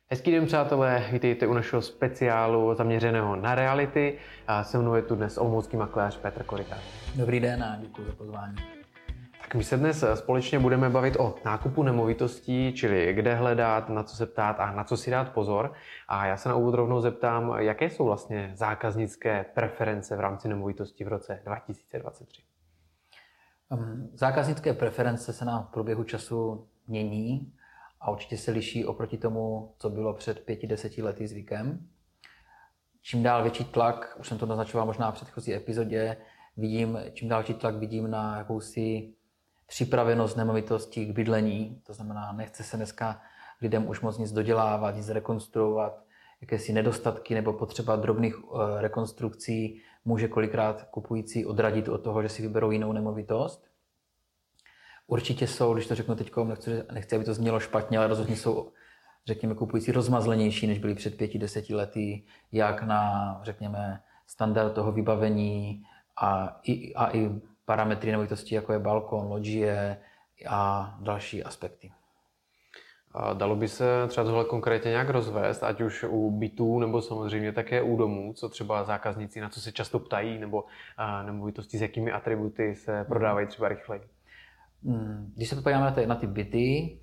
Hezký den, přátelé, vítejte u našeho speciálu zaměřeného na reality. A se mnou je tu dnes olomoucký makléř Petr Koryta. Dobrý den a děkuji za pozvání. Tak my se dnes společně budeme bavit o nákupu nemovitostí, čili kde hledat, na co se ptát a na co si dát pozor. A já se na úvod rovnou zeptám, jaké jsou vlastně zákaznické preference v rámci nemovitostí v roce 2023? Zákaznické preference se nám v průběhu času mění a určitě se liší oproti tomu, co bylo před 5-10 lety zvykem. Čím dál větší tlak, už jsem to naznačoval možná v předchozí epizodě, čím dál větší tlak vidím na jakousi připravenost nemovitostí k bydlení. To znamená, nechce se dneska lidem už moc nic dodělávat, nic rekonstruovat, jakési nedostatky nebo potřeba drobných rekonstrukcí může kolikrát kupující odradit od toho, že si vyberou jinou nemovitost. Určitě jsou, když to řeknu teď, nechci, aby to znělo špatně, ale rozhodně jsou, řekněme, kupující rozmazlenější, než byli před 5-10 lety, jak na, řekněme, standard toho vybavení a i parametry nemovitosti, jako je balkon, lodžie a další aspekty. A dalo by se třeba tohle konkrétně nějak rozvést, ať už u bytů nebo samozřejmě také u domů, co třeba zákazníci, na co se často ptají, nebo nemovitosti s jakými atributy se prodávají třeba rychleji? Když se podíváme na ty byty,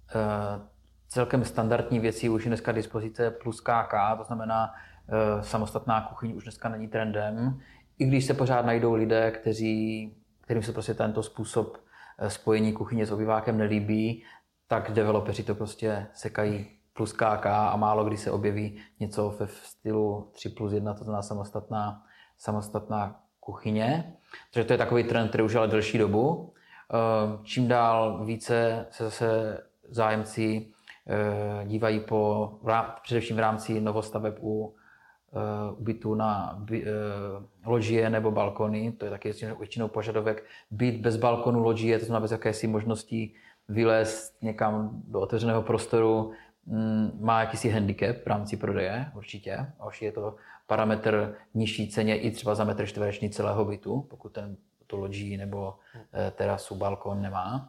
celkem standardní věcí už je dneska dispozice plus KK, to znamená samostatná kuchyň už dneska není trendem, i když se pořád najdou lidé, kterým se prostě tento způsob spojení kuchyně s obyvákem nelíbí, tak developeři to prostě sekají plus KK a málo kdy se objeví něco ve stylu 3+1, to znamená samostatná kuchyně. Takže to je takový trend, který už ale delší dobu. Čím dál více se zase zájemci dívají především v rámci novostaveb u bytů na loďie nebo balkony. To je taky většinou požadavek byt bez balkonu, loďie, to znamená bez jakési možnosti vylézt někam do otevřeného prostoru, má jakýsi handicap v rámci prodeje, určitě. A už je to parametr nižší ceně i třeba za metr čtvereční celého bytu, pokud to loďí nebo terasu, balkon nemá.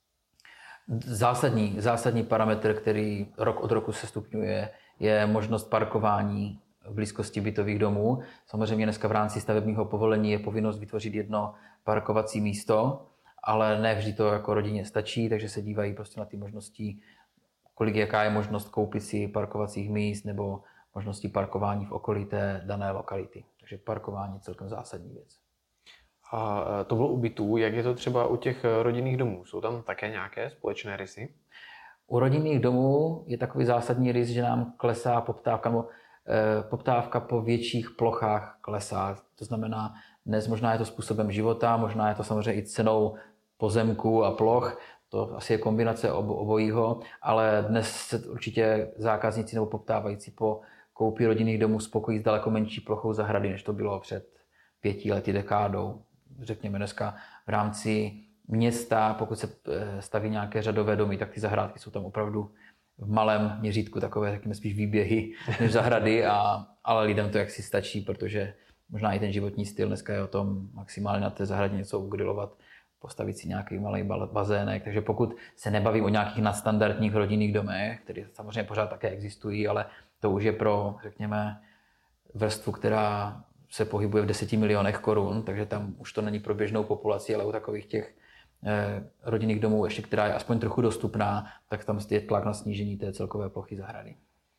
Zásadní parametr, který rok od roku se stupňuje, je možnost parkování v blízkosti bytových domů. Samozřejmě dneska v rámci stavebního povolení je povinnost vytvořit jedno parkovací místo, ale ne vždy to jako rodině stačí, takže se dívají prostě na ty možnosti, jaká je možnost koupit si parkovacích míst nebo možnosti parkování v okolí té dané lokality. Takže parkování je celkem zásadní věc. A to bylo u bytů, jak je to třeba u těch rodinných domů? Jsou tam také nějaké společné rysy? U rodinných domů je takový zásadní rys, že nám klesá poptávka po větších plochách klesá. To znamená, dnes možná je to způsobem života, možná je to samozřejmě i cenou pozemků a ploch, to asi je kombinace obojího, ale dnes se určitě zákazníci nebo poptávající po koupi rodinných domů spokojí s daleko menší plochou zahrady, než to bylo před 5 lety, dekádou. Řekněme dneska v rámci města, pokud se staví nějaké řadové domy, tak ty zahrádky jsou tam opravdu v malém měřítku, takové řekněme spíš výběhy než zahrady, ale lidem to jaksi stačí, protože možná i ten životní styl dneska je o tom maximálně na té zahradě něco ugrilovat, postavit si nějaký malý bazének. Takže pokud se nebavím o nějakých nadstandardních rodinných domech, které samozřejmě pořád také existují, ale to už je pro, řekněme, vrstvu, která se pohybuje v 10 milionech korun, takže tam už to není pro běžnou populaci, ale u takových těch rodinných domů, ještě která je aspoň trochu dostupná, tak tam je tlak na snížení té celkové plochy zahrady.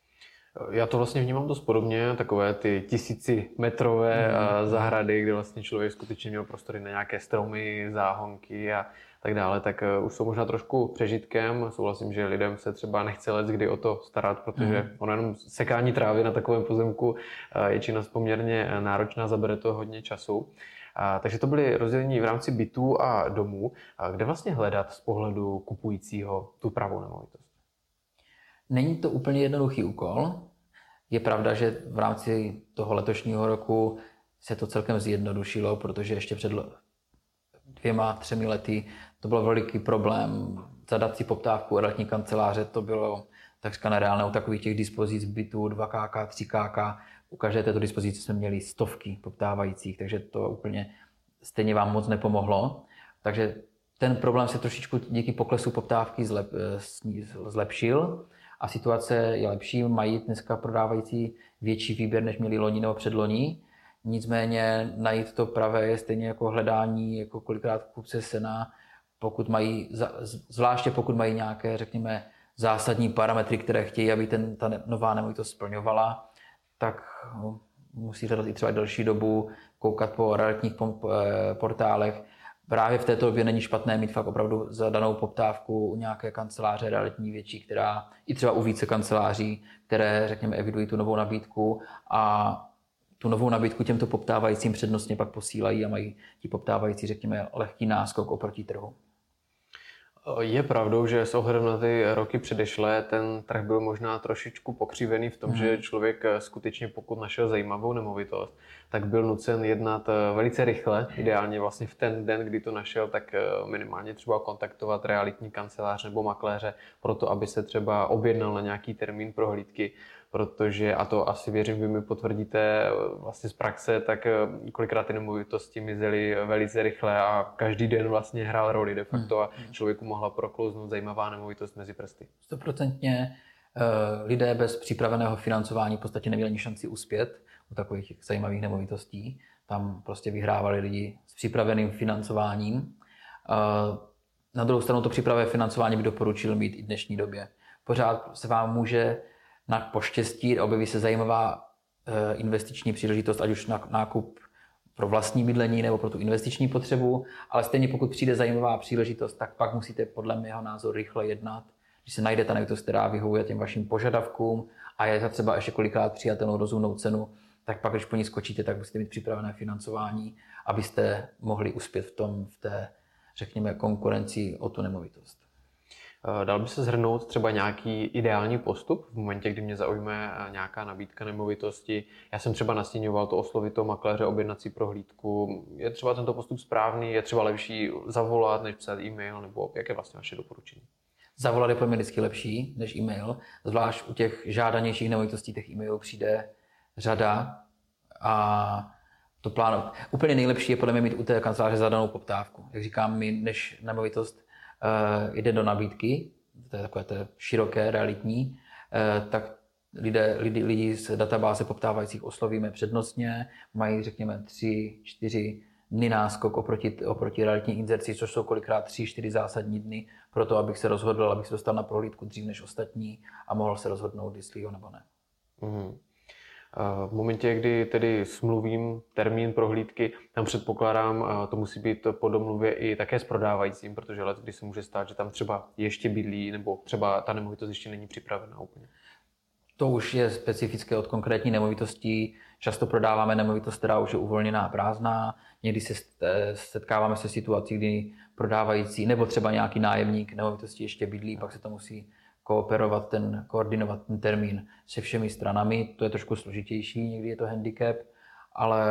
Já to vlastně vnímám dost podobně, takové ty 1000metrové zahrady, kde vlastně člověk skutečně měl prostory na nějaké stromy, záhonky a tak dále, tak už jsou možná trošku přežitkem. Souhlasím, že lidem se třeba nechce leckdy o to starat, protože ono jenom sekání trávy na takovém pozemku je činnost poměrně náročná, zabere to hodně času. Takže to byly rozdělení v rámci bytů a domů. Kde vlastně hledat z pohledu kupujícího tu pravou nemovitost? Není to úplně jednoduchý úkol. Je pravda, že v rámci toho letošního roku se to celkem zjednodušilo, protože ještě před 2-3 lety to byl veliký problém. Zadat si poptávku realitní kanceláře, to bylo takřka nereálné u takových těch dispozic bytů 2KK, 3KK. U každé této dispozice jsme měli stovky poptávajících, takže to úplně stejně vám moc nepomohlo. Takže ten problém se trošičku díky poklesu poptávky zlepšil. a situace je lepší, mají dneska prodávající větší výběr, než měli loni nebo předloni. Nicméně najít to pravé je stejně jako hledání, jako kolikrát kupce sena, zvláště pokud mají nějaké, řekněme, zásadní parametry, které chtějí, aby ta nová nemovitost splňovala, tak musí hledat i třeba delší dobu, koukat po realitních portálech. Právě v této době není špatné mít fakt opravdu zadanou poptávku u nějaké kanceláře realitní větší, která i třeba u více kanceláří, které, řekněme, evidují tu novou nabídku a tu novou nabídku těmto poptávajícím přednostně pak posílají a mají ti poptávající, řekněme, lehký náskok oproti trhu. Je pravdou, že s ohledem na ty roky předešlé ten trh byl možná trošičku pokřivený v tom, že člověk skutečně, pokud našel zajímavou nemovitost, tak byl nucen jednat velice rychle, ideálně vlastně v ten den, kdy to našel, tak minimálně třeba kontaktovat realitní kancelář nebo makléře pro to, aby se třeba objednal na nějaký termín prohlídky, protože, a to asi věřím, vy mi potvrdíte vlastně z praxe, tak kolikrát ty nemovitosti mizely velice rychle a každý den vlastně hrál roli de facto a člověku mohla proklouznout zajímavá nemovitost mezi prsty. 100% lidé bez připraveného financování v podstatě neměli ani šanci uspět u takových zajímavých nemovitostí. Tam prostě vyhrávali lidi s připraveným financováním. Na druhou stranu to připravené financování by doporučil mít i v dnešní době. Pořád se vám může na poštěstí objeví se zajímavá investiční příležitost, ať už na nákup pro vlastní bydlení nebo pro tu investiční potřebu, ale stejně pokud přijde zajímavá příležitost, tak pak musíte podle mého názoru rychle jednat. Když se najde ta nemovitost, která vyhovuje těm vašim požadavkům a je za třeba ještě kolikrát přijatelnou rozumnou cenu, tak pak, když po ní skočíte, tak musíte mít připravené financování, abyste mohli uspět v té, řekněme, konkurenci o tu nemovitost. Dal by se shrnout třeba nějaký ideální postup v momentě, kdy mě zaujme nějaká nabídka nemovitosti? Já jsem třeba nastíňoval to oslovit toho makléře, objednat si prohlídku. Je třeba tento postup správný? Je třeba lepší zavolat, než psát e-mail? Nebo jak je vlastně vaše doporučení? Zavolat je pro mě vždycky lepší než e-mail. Zvlášť u těch žádanějších nemovitostí těch e-mailů přijde řada a to plánovat. Úplně nejlepší je podle mě mít u té kanceláře zadanou poptávku. Jak říkám, než nemovitost jde do nabídky, to je takové to široké, realitní, tak lidi z databáze poptávajících oslovíme přednostně, mají řekněme 3-4 dny náskok oproti realitní inzerci, což jsou kolikrát 3-4 zásadní dny pro to, abych se rozhodl, abych se dostal na prohlídku dřív než ostatní a mohl se rozhodnout, jestli jo nebo ne. V momentě, kdy tedy smluvím termín prohlídky, tam předpokládám, to musí být po domluvě i také s prodávajícím, protože let, kdy se může stát, že tam třeba ještě bydlí, nebo třeba ta nemovitost ještě není připravená úplně. To už je specifické od konkrétní nemovitostí. Často prodáváme nemovitost, která už je uvolněná a prázdná. Někdy se setkáváme se situací, kdy prodávající nebo třeba nějaký nájemník nemovitosti ještě bydlí, pak se to musí koordinovat ten termín se všemi stranami. To je trošku složitější, někdy je to handicap, ale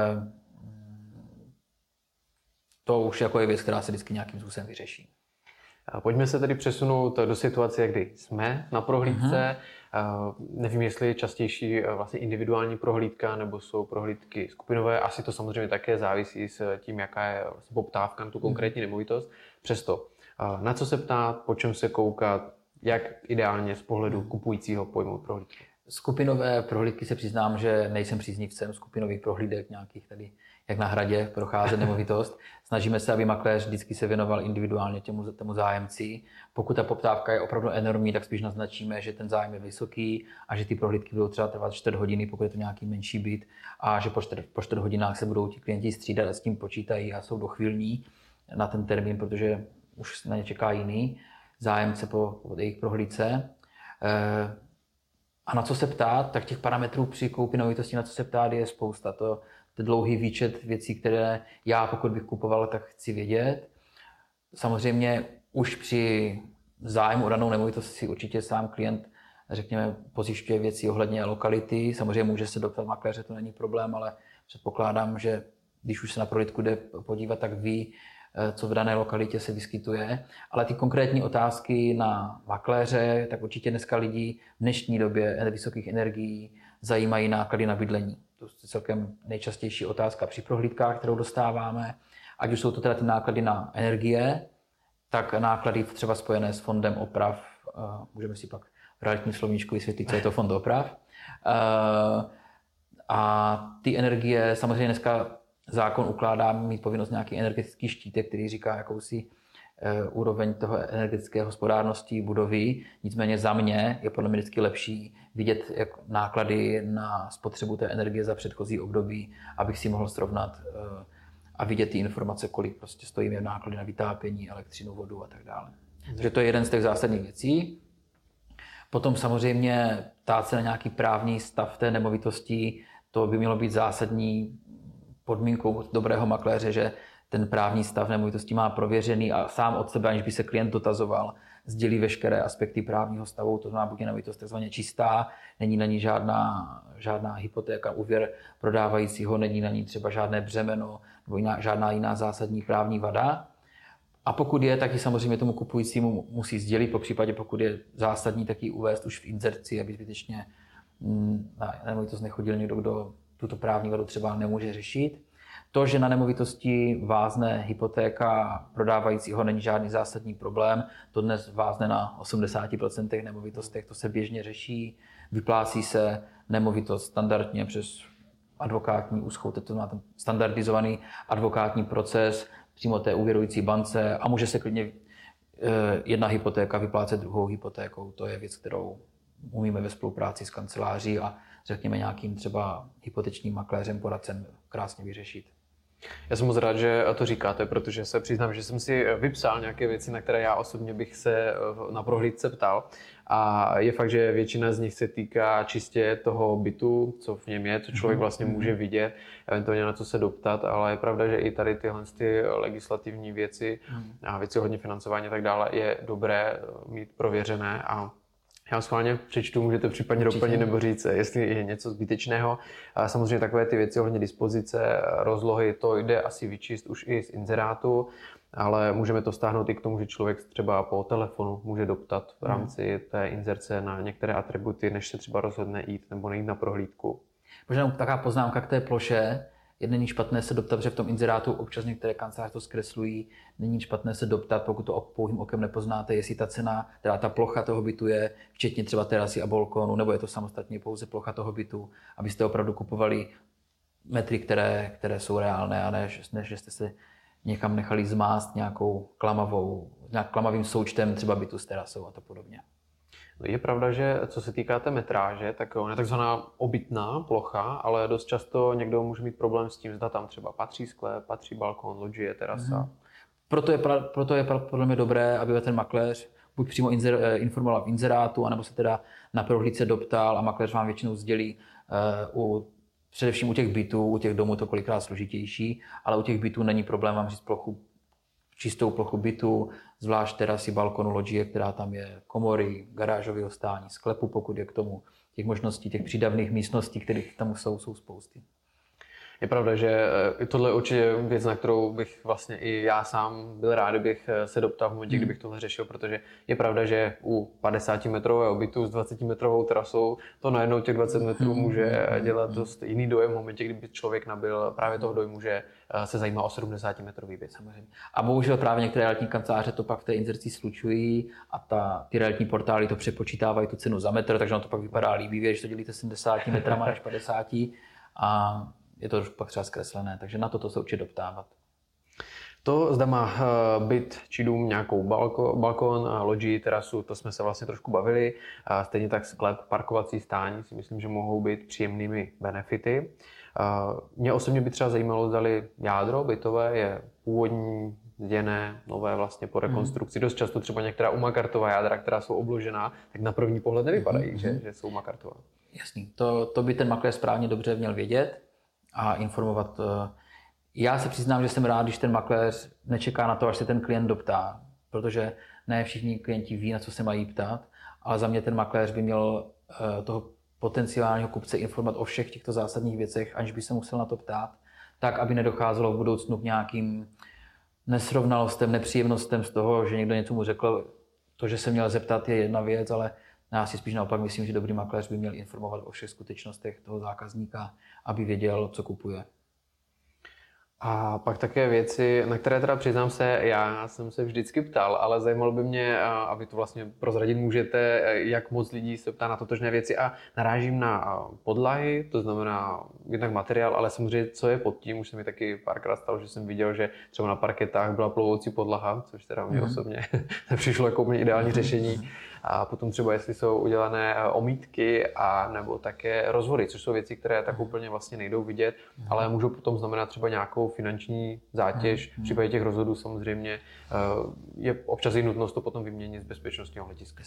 to už jako je věc, která se vždycky nějakým způsobem vyřeší. Pojďme se tedy přesunout do situace, kdy jsme na prohlídce. Nevím, jestli je častější vlastně individuální prohlídka nebo jsou prohlídky skupinové. Asi to samozřejmě také závisí s tím, jaká je vlastně poptávka na tu konkrétní nemovitost. Přesto, na co se ptát, po čem se koukat, jak ideálně z pohledu kupujícího pojmout prohlídky? Skupinové prohlídky se přiznám, že nejsem příznivcem skupinových prohlídek nějakých tady, jak na hradě, procházet nemovitost. Snažíme se, aby makléř vždycky se věnoval individuálně tomu zájemci. Pokud ta poptávka je opravdu enormní, tak spíš naznačíme, že ten zájem je vysoký a že ty prohlídky budou třeba trvat 4 hodiny, pokud je to nějaký menší byt, a že po 4 hodinách se budou ti klienti střídat a s tím počítají a jsou dochvilní na ten termín, protože už na ně čeká jiný zájemce po jejich prohlídce. A na co se ptát, tak těch parametrů při koupi nemovitosti, na co se ptát, je spousta. To je dlouhý výčet věcí, které já, pokud bych kupoval, tak chci vědět. Samozřejmě už při zájmu o danou nemovitost si určitě sám klient, řekněme, pozjišťuje věci ohledně lokality. Samozřejmě může se doptat makléře, to není problém, ale předpokládám, že když už se na prohlídku jde podívat, tak ví, co v dané lokalitě se vyskytuje. Ale ty konkrétní otázky na makléře, tak určitě dneska lidi v dnešní době vysokých energií zajímají náklady na bydlení. To je celkem nejčastější otázka při prohlídkách, kterou dostáváme. Ať už jsou to teda ty náklady na energie, tak náklady třeba spojené s fondem oprav. Můžeme si pak realitním slovníčku vysvětlit, co je to fond oprav. A ty energie, samozřejmě dneska zákon ukládá mít povinnost nějaký energetický štítek, který říká jakousi úroveň toho energetické hospodárnosti budovy. Nicméně za mě je podle mě vždycky lepší vidět jak náklady na spotřebu té energie za předchozí období, abych si mohl srovnat a vidět ty informace, kolik prostě stojí mě náklady na vytápění, elektřinu, vodu a tak dále. Takže to je jeden z těch zásadních věcí. Potom samozřejmě ptát se na nějaký právní stav té nemovitosti, to by mělo být zásadní podmínkou dobrého makléře, že ten právní stav nemovitosti má prověřený a sám od sebe, aniž by se klient dotazoval, sdělí veškeré aspekty právního stavu, to znamená, buď je nemovitost takzvaně čistá, není na ní žádná hypotéka, úvěr prodávajícího, není na ní třeba žádné břemeno nebo žádná jiná zásadní právní vada. A pokud je, tak ji samozřejmě tomu kupujícímu musí sdělit, popřípadě pokud je zásadní, tak ji uvést už v inzerci, aby zbytečně na nemovitost nechodil někdo, kdo tuto právní vadu třeba nemůže řešit. To, že na nemovitosti vázne hypotéka prodávajícího, není žádný zásadní problém. To dnes vázne na 80% nemovitostech, to se běžně řeší. Vyplácí se nemovitost standardně přes advokátní úschod, to má ten standardizovaný advokátní proces přímo té úvěrující bance a může se klidně jedna hypotéka vyplácet druhou hypotékou. To je věc, kterou umíme ve spolupráci s kanceláří a řekněme nějakým třeba hypotečním makléřem, poradcem krásně vyřešit. Já jsem moc rád, že to říkáte, protože se přiznám, že jsem si vypsal nějaké věci, na které já osobně bych se na prohlídce ptal. A je fakt, že většina z nich se týká čistě toho bytu, co v něm je, co člověk vlastně může vidět, eventuálně na co se doptat, ale je pravda, že i tady tyhle legislativní věci a věci hodně financování a tak dále je dobré mít prověřené a já schválně přečtu, můžete případně doplnit nebo říct, jestli je něco zbytečného. A samozřejmě takové ty věci ohledně dispozice, rozlohy, to jde asi vyčíst už i z inzerátu, ale můžeme to stáhnout i k tomu, že člověk třeba po telefonu může doptat v rámci té inzerce na některé atributy, než se třeba rozhodne jít nebo nejít na prohlídku. Možná taková poznámka k té ploše. Není špatné se doptat, že v tom inzerátu občas některé kanceláře to zkreslují. Není špatné se doptat, pokud to pouhým okem nepoznáte, jestli ta cena, teda ta plocha toho bytu je, včetně třeba terasy a balkónu, nebo je to samostatně pouze plocha toho bytu, abyste opravdu kupovali metry, které jsou reálné, a ne, že jste se někam nechali zmást nějakým klamavým součtem třeba bytu s terasou a to podobně. Je pravda, že co se týká té metráže, tak ona je takzvaná obytná plocha, ale dost často někdo může mít problém s tím, zda tam třeba patří sklep, patří balkon, lodžie, terasa. Proto je podle mě dobré, aby ten makléř buď přímo informoval v inzerátu, anebo se teda na prohlídce doptal a makléř vám většinou sdělí především u těch bytů, u těch domů to kolikrát složitější, ale u těch bytů není problém vám říct čistou plochu bytu, zvlášť terasy, balkonu, lodžie, která tam je, komory, garážového stání, sklepu, pokud je k tomu, těch možností, těch přídavných místností, které tam jsou spousty. Je pravda, že tohle je určitě věc, na kterou bych vlastně i já sám byl rád, kdybych se doptal v momentě, kdybych tohle řešil, protože je pravda, že u 50-metrového bytu s 20-metrovou terasou to najednou těch 20 metrů může dělat dost jiný dojem v momentě, kdyby člověk nabyl právě toho dojmu, že se zajímá o 70-metrový byt. Samozřejmě. A bohužel právě některé realitní kanceláře to pak v té inzerci slučují a ty realitní portály to přepočítávají tu cenu za metr, takže to pak vypadá líbivě, když to dělíte 70 metrama než 50 a je to pak třeba zkreslené, takže na to se určitě doptávat. To, zda má byt či dům nějakou balkon, lodži, terasu, to jsme se vlastně trošku bavili. Stejně tak sklep, parkovací stání si myslím, že mohou být příjemnými benefity. Mě osobně by třeba zajímalo, zdali jádro bytové je původní, zděné, nové vlastně po rekonstrukci. Dost často třeba některá umakartová jádra, která jsou obložená, tak na první pohled nevypadají, že jsou umakartová. Jasný, to by ten makléř správně dobře měl vědět a informovat. Já se přiznám, že jsem rád, když ten makléř nečeká na to, až se ten klient doptá, protože ne všichni klienti ví, na co se mají ptát, ale za mě ten makléř by měl toho potenciálního kupce informovat o všech těchto zásadních věcech, aniž by se musel na to ptát, tak, aby nedocházelo v budoucnu k nějakým nesrovnalostem, nepříjemnostem z toho, že někdo něco mu řekl. To, že se měl zeptat, je jedna věc, ale já si spíš naopak myslím, že dobrý makléř by měl informovat o všech skutečnostech toho zákazníka, aby věděl, co kupuje. A pak také věci, na které teda přiznám se, já jsem se vždycky ptal, ale zajímalo by mě, a vy to vlastně prozradit můžete, jak moc lidí se ptá na totožné věci a narážím na podlahy, to znamená jednak materiál, ale samozřejmě co je pod tím, už se mi taky párkrát stalo, že jsem viděl, že třeba na parketách byla plovoucí podlaha, což teda mě osobně nepřišlo jako úplně ideální řešení. A potom třeba, jestli jsou udělané omítky a nebo také rozvody, což jsou věci, které tak úplně vlastně nejdou vidět, ale můžou potom znamenat třeba nějakou finanční zátěž. V případě těch rozvodů samozřejmě je občas i nutnost to potom vyměnit z bezpečnostního hlediska.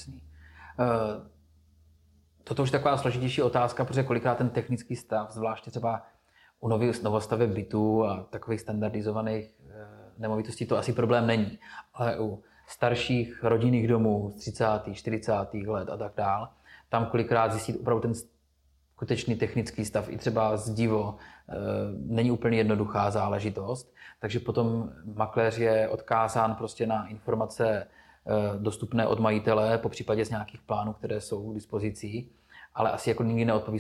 Toto už je taková složitější otázka, protože kolikrát ten technický stav, zvláště třeba u novostaveb bytů a takových standardizovaných nemovitostí, to asi problém není. Ale u starších rodinných domů z 30., 40. let a tak dál, tam kolikrát zjistit opravdu ten skutečný technický stav, i třeba zdivo, není úplně jednoduchá záležitost, takže potom makléř je odkázán prostě na informace dostupné od majitele, po případě z nějakých plánů, které jsou k dispozici, ale asi jako nikdy neodpoví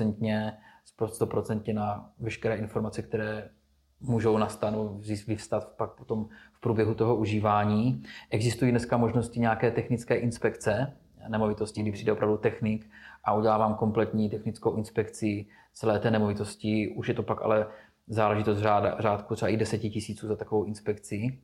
100% na veškeré informace, které můžou vyvstat pak potom v průběhu toho užívání. Existují dneska možnosti nějaké technické inspekce nemovitosti, kdy přijde opravdu technik a udělá vám kompletní technickou inspekci celé té nemovitosti. Už je to pak ale záležitost řádku třeba i 10 000 za takovou inspekci.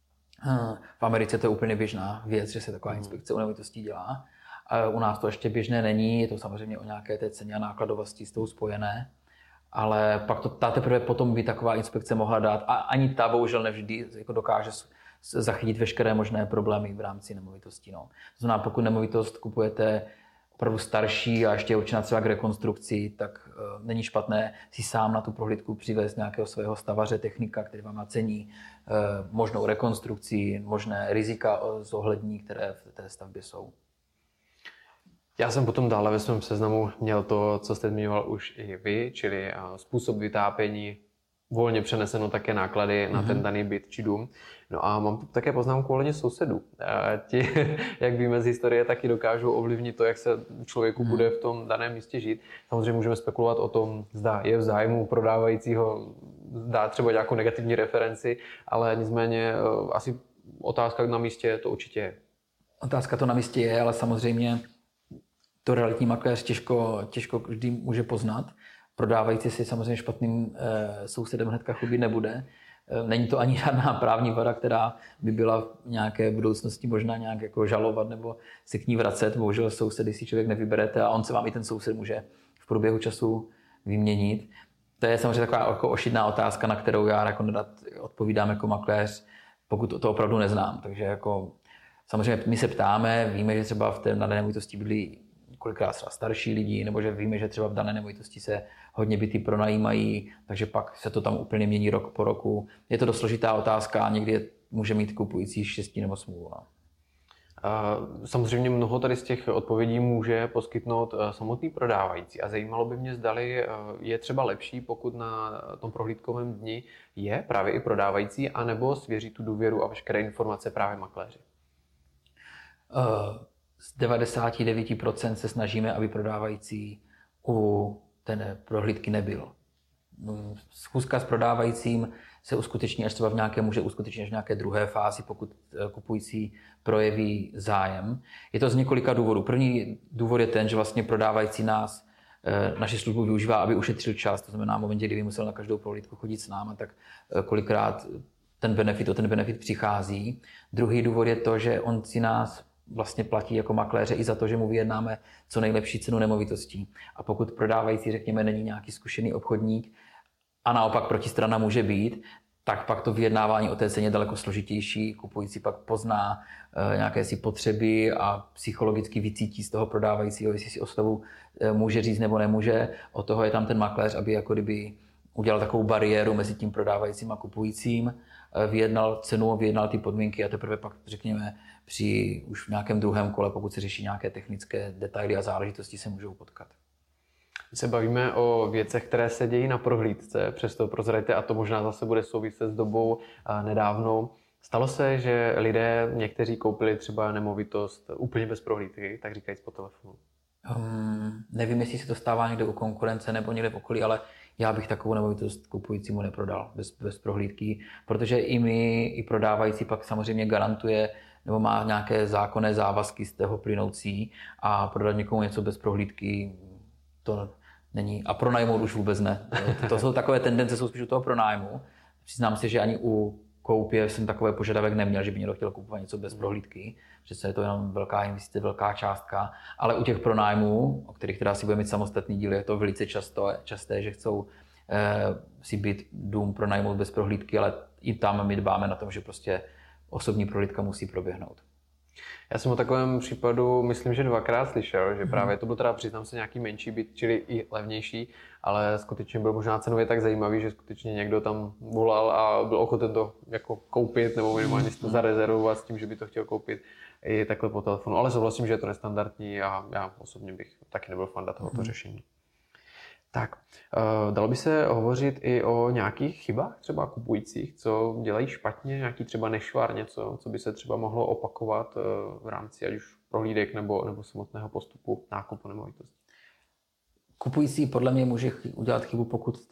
V Americe to je úplně běžná věc, že se taková inspekce u nemovitostí dělá. U nás to ještě běžné není, je to samozřejmě o nějaké té ceně a nákladovosti s tou spojené. Ale pak ta teprve potom by taková inspekce mohla dát a ani ta bohužel nevždy jako dokáže zachytit veškeré možné problémy v rámci nemovitosti. No. To znamená, pokud nemovitost kupujete opravdu starší a ještě je určená třeba k rekonstrukci, tak není špatné si sám na tu prohlídku přivést nějakého svého stavaře, technika, který vám nacení možnou rekonstrukci, možné rizika zohlední, které v té stavbě jsou. Já jsem potom dále ve svém seznamu měl to, co jste zmiňoval už i vy, čili způsob vytápění, volně přeneseno také náklady na ten daný byt či dům. No a mám také poznámku ohledně sousedů. Ti, jak víme z historie, taky dokážou ovlivnit to, jak se člověku bude v tom daném místě žít. Samozřejmě můžeme spekulovat o tom, zda je v zájmu prodávajícího dát třeba nějakou negativní referenci, ale nicméně asi otázka na místě to určitě je. Otázka to na místě je, ale samozřejmě to realitní makléř těžko vždy může poznat. Prodávající si samozřejmě špatným sousedem hnedka chlubit nebude. Není to ani žádná právní vada, která by byla v nějaké budoucnosti možná nějak jako žalovat nebo se k ní vracet. Bohužel sousedy si člověk nevyberete a on se vám i ten soused může v průběhu času vyměnit. To je samozřejmě taková jako ošidná otázka, na kterou já jako odpovídám jako makléř, pokud to opravdu neznám. Takže jako samozřejmě my se ptáme, víme, že třeba v té dané nemovitosti byli kolikrát třeba starší lidi, nebo že víme, že třeba v dané nemovitosti se hodně byty pronajímají, takže pak se to tam úplně mění rok po roku. Je to dost složitá otázka a někdy může mít kupující štěstí nebo smůlu. Samozřejmě mnoho tady z těch odpovědí může poskytnout samotný prodávající a zajímalo by mě, zdali je třeba lepší, pokud na tom prohlídkovém dni je právě i prodávající, anebo svěří tu důvěru a veškeré informace právě makléři. Z 99% se snažíme, aby prodávající u té prohlídky nebyl. Schůzka s prodávajícím se uskuteční až třeba může uskutečnit až v nějaké druhé fázi, pokud kupující projeví zájem. Je to z několika důvodů. První důvod je ten, že vlastně prodávající naši službu využívá, aby ušetřil čas. To znamená, v momentě, kdy by musel na každou prohlídku chodit s náma, tak kolikrát ten benefit přichází. Druhý důvod je to, že on si nás vlastně platí jako makléře i za to, že mu vyjednáme co nejlepší cenu nemovitostí. A pokud prodávající, řekněme, není nějaký zkušený obchodník a naopak protistrana může být, tak pak to vyjednávání o té ceně je daleko složitější. Kupující pak pozná nějaké si potřeby a psychologicky vycítí z toho prodávajícího, jestli si oslavu může říct nebo nemůže. Od toho je tam ten makléř, aby jako kdyby udělal takovou bariéru mezi tím prodávajícím a kupujícím, vyjednal cenu, vyjednal ty podmínky a teprve pak, řekněme, při už v nějakém druhém kole, pokud se řeší nějaké technické detaily a záležitosti, se můžou potkat. My se bavíme o věcech, které se dějí na prohlídce, přesto prozraďte, a to možná zase bude souviset s dobou nedávnou. Stalo se, že lidé, někteří koupili třeba nemovitost úplně bez prohlídky, tak říkajíc po telefonu? Nevím, jestli se to stává někde u konkurence nebo někde v okolí, ale já bych takovou nemovitost kupujícímu neprodal bez prohlídky, protože i my, i prodávající pak samozřejmě garantuje nebo má nějaké zákonné závazky z toho plynoucí a prodat někomu něco bez prohlídky, to není. A pronajmout už vůbec ne. To jsou takové tendence, jsou spíš u toho pronájmu. Přiznám se, že ani u koupě jsem takový požadavek neměl, že by někdo chtěl kupovat něco bez prohlídky. Přece je to jenom velká investice, velká částka. Ale u těch pronájmů, o kterých teda si budeme mít samostatný díl, je to velice časté, že chcou si byt dům pronajmout bez prohlídky, ale i tam my dbáme na tom, že prostě osobní prohlídka musí proběhnout. Já jsem o takovém případu, myslím, že 2krát slyšel, že právě to byl teda, přiznám se, nějaký menší byt, čili i levnější, ale skutečně byl možná cenově tak zajímavý, že skutečně někdo tam volal a byl ochoten to jako koupit nebo minimálně si to zarezervovat s tím, že by to chtěl koupit i takhle po telefonu. Ale souhlasím, že je to nestandardní a já osobně bych taky nebyl fanda tohoto řešení. Tak, dalo by se hovořit i o nějakých chybách třeba kupujících, co dělají špatně, nějaký třeba nešvar, něco, co by se třeba mohlo opakovat v rámci ať už prohlídek nebo samotného postupu nákupu nemovitosti? Kupující podle mě může udělat chybu,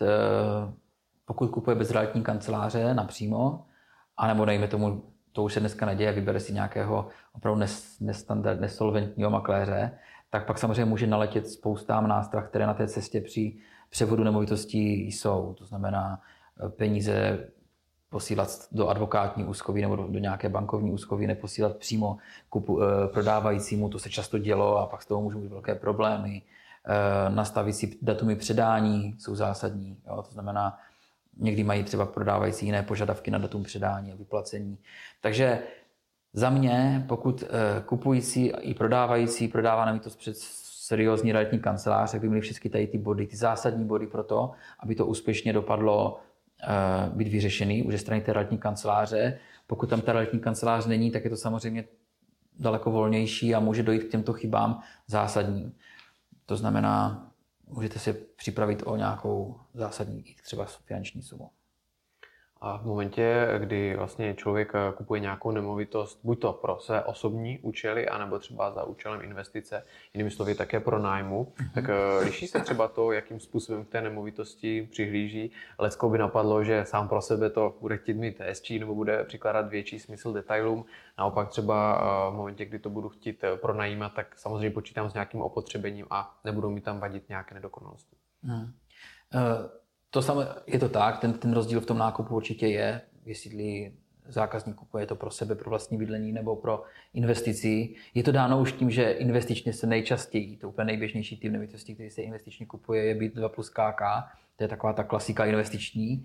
pokud kupuje bez realitní kanceláře napřímo, anebo dejme tomu, to už se dneska neděje, vybere si nějakého opravdu nesolventního makléře, tak pak samozřejmě může naletět spoustám nástrah, které na té cestě při převodu nemovitostí jsou. To znamená peníze posílat do advokátní úschovy nebo do nějaké bankovní úschovy, neposílat přímo prodávajícímu, to se často dělo a pak z toho můžou být velké problémy. Nastavit si datumy předání jsou zásadní. Jo? To znamená, někdy mají třeba prodávající jiné požadavky na datum předání a vyplacení. Takže za mě, pokud kupující i prodávající prodává nemovitost přes seriózní realitní kancelář, tak by měly všechny tady ty body, ty zásadní body pro to, aby to úspěšně dopadlo být vyřešený už ze strany té realitní kanceláře. Pokud tam ta realitní kancelář není, tak je to samozřejmě daleko volnější a může dojít k těmto chybám zásadním. To znamená, můžete se připravit o nějakou zásadní, třeba finanční sumu. A v momentě, kdy vlastně člověk kupuje nějakou nemovitost, buď to pro své osobní účely, anebo třeba za účelem investice, jinými slovy také pro nájmu, tak liší se třeba to, jakým způsobem k té nemovitosti přihlíží. Lecko by napadlo, že sám pro sebe to bude chtít mít hezčí nebo bude přikládat větší smysl detailům. Naopak třeba v momentě, kdy to budu chtít pronajímat, tak samozřejmě počítám s nějakým opotřebením a nebudou mi tam vadit nějaké nedokonalosti. To samé, je to tak, ten rozdíl v tom nákupu určitě je, jestli zákazník kupuje to pro sebe, pro vlastní bydlení nebo pro investici. Je to dáno už tím, že investičně se nejčastěji, to úplně nejběžnější typ nemovitostí, který se investičně kupuje, je byt 2+ KK, to je taková ta klasika investiční,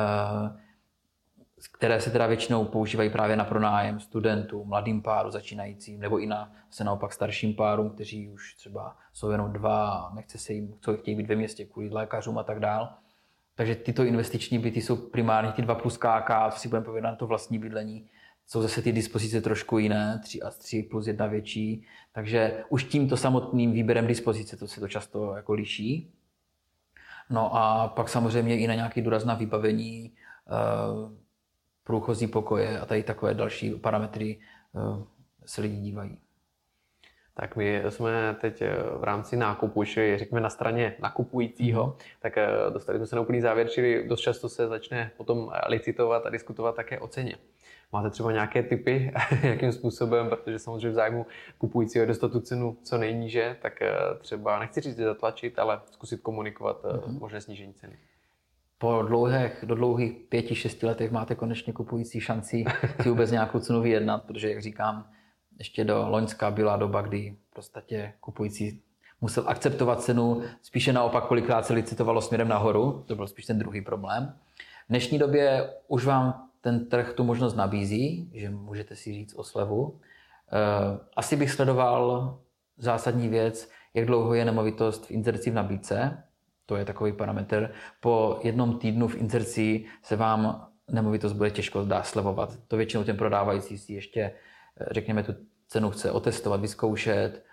které se teda většinou používají právě na pronájem studentům, mladým páru začínajícím, nebo i se naopak starším párům, kteří už třeba jsou jenom 2 a nechce se jim, co chtějí být ve městě kvůli lékařům a tak dál. Takže tyto investiční byty jsou primárně ty 2+ KK, co si budeme povědět na to vlastní bydlení. Jsou zase ty dispozice trošku jiné, 3+1 větší. Takže už tímto samotným výběrem dispozice to se to často jako liší. No a pak samozřejmě i na nějaký důraz na vybavení, průchozí pokoje a tady takové další parametry se lidi dívají. Tak my jsme teď v rámci nákupu, řekněme na straně nakupujícího, tak dostali jsme se na úplný závěr, čili dost často se začne potom licitovat a diskutovat také o ceně. Máte třeba nějaké tipy, jakým způsobem, protože samozřejmě v zájmu kupujícího je dostat tu cenu co nejníže, tak třeba, nechci říct zatlačit, ale zkusit komunikovat možné snížení ceny. Do dlouhých 5-6 letech máte konečně kupující šanci si vůbec nějakou cenu vyjednat, protože, jak říkám, ještě do loňska byla doba, kdy v podstatě kupující musel akceptovat cenu, spíše naopak kolikrát se licitovalo směrem nahoru, to byl spíš ten druhý problém. V dnešní době už vám ten trh tu možnost nabízí, že můžete si říct o slevu. Asi bych sledoval zásadní věc, jak dlouho je nemovitost v inzerci v nabídce, to je takový parametr. Po 1 týdnu v inzerci se vám nemovitost bude těžko dá slevovat. To většinou ten prodávající si ještě, řekněme, tu cenu chce otestovat, vyzkoušet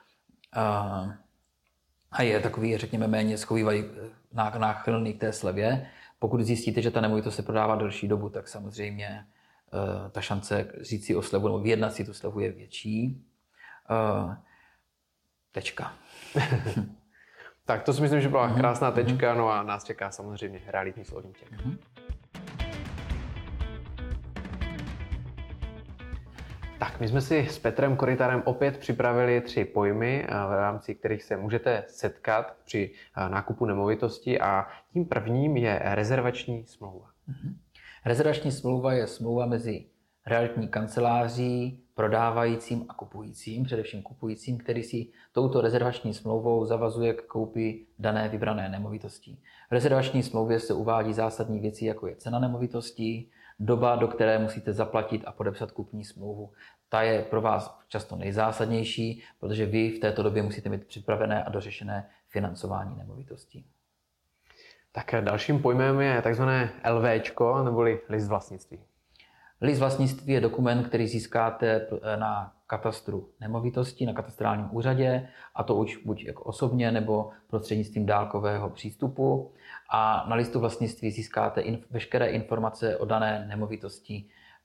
a je takový, řekněme, méně náchylný k té slevě. Pokud zjistíte, že ta nemovitost se prodává delší dobu, tak samozřejmě ta šance říct si o slevu nebo vyjednat si tu slevu je větší. Tečka. Tak to si myslím, že byla krásná tečka, no a nás čeká samozřejmě realitní slovníček. Tak, my jsme si s Petrem Korytarem opět připravili 3 pojmy, v rámci kterých se můžete setkat při nákupu nemovitosti a tím prvním je rezervační smlouva. Rezervační smlouva je smlouva mezi realitní kanceláří, prodávajícím a kupujícím, především kupujícím, který si touto rezervační smlouvou zavazuje k koupi dané vybrané nemovitosti. V rezervační smlouvě se uvádí zásadní věci, jako je cena nemovitostí, doba, do které musíte zaplatit a podepsat kupní smlouvu. Ta je pro vás často nejzásadnější, protože vy v této době musíte mít připravené a dořešené financování nemovitostí. Tak dalším pojmem je takzvané LVčko, neboli list vlastnictví. List vlastnictví je dokument, který získáte na katastru nemovitostí, na katastrálním úřadě, a to už buď jako osobně nebo prostřednictvím dálkového přístupu. A na listu vlastnictví získáte veškeré informace o dané nemovitosti,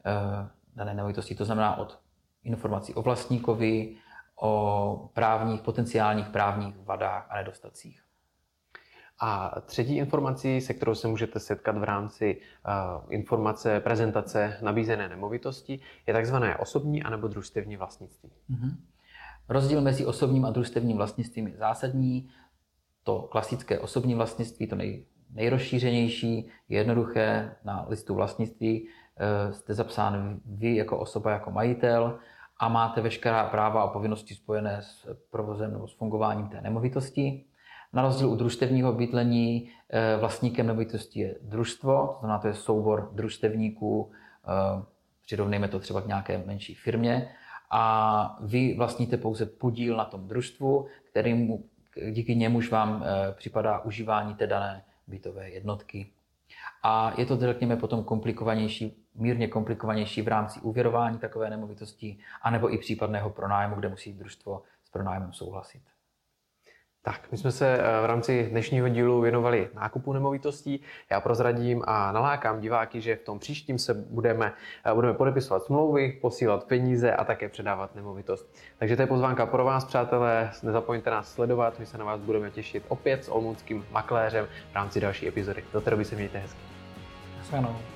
to znamená od informací o vlastníkovi, o potenciálních právních vadách a nedostacích. A třetí informací, se kterou se můžete setkat v rámci prezentace nabízené nemovitosti, je takzvané osobní anebo družstevní vlastnictví. Rozdíl mezi osobním a družstevním vlastnictvím je zásadní. To klasické osobní vlastnictví, to nejrozšířenější, je jednoduché. Na listu vlastnictví jste zapsán vy jako osoba, jako majitel a máte veškerá práva a povinnosti spojené s provozem nebo s fungováním té nemovitosti. Na rozdíl u družstevního bydlení vlastníkem nemovitosti je družstvo, to znamená, to je soubor družstevníků, přirovnejme to třeba k nějaké menší firmě, a vy vlastníte pouze podíl na tom družstvu, díky němuž vám připadá užívání té dané bytové jednotky. A je to, řekněme, potom mírně komplikovanější v rámci úvěrování takové nemovitosti, anebo i případného pronájmu, kde musí družstvo s pronájmem souhlasit. Tak, my jsme se v rámci dnešního dílu věnovali nákupu nemovitostí. Já prozradím a nalákám diváky, že v tom příštím se budeme podepisovat smlouvy, posílat peníze a také předávat nemovitost. Takže to je pozvánka pro vás, přátelé. Nezapomeňte nás sledovat, my se na vás budeme těšit opět s olomouckým makléřem v rámci další epizody. Do té doby se mějte hezky. Ano.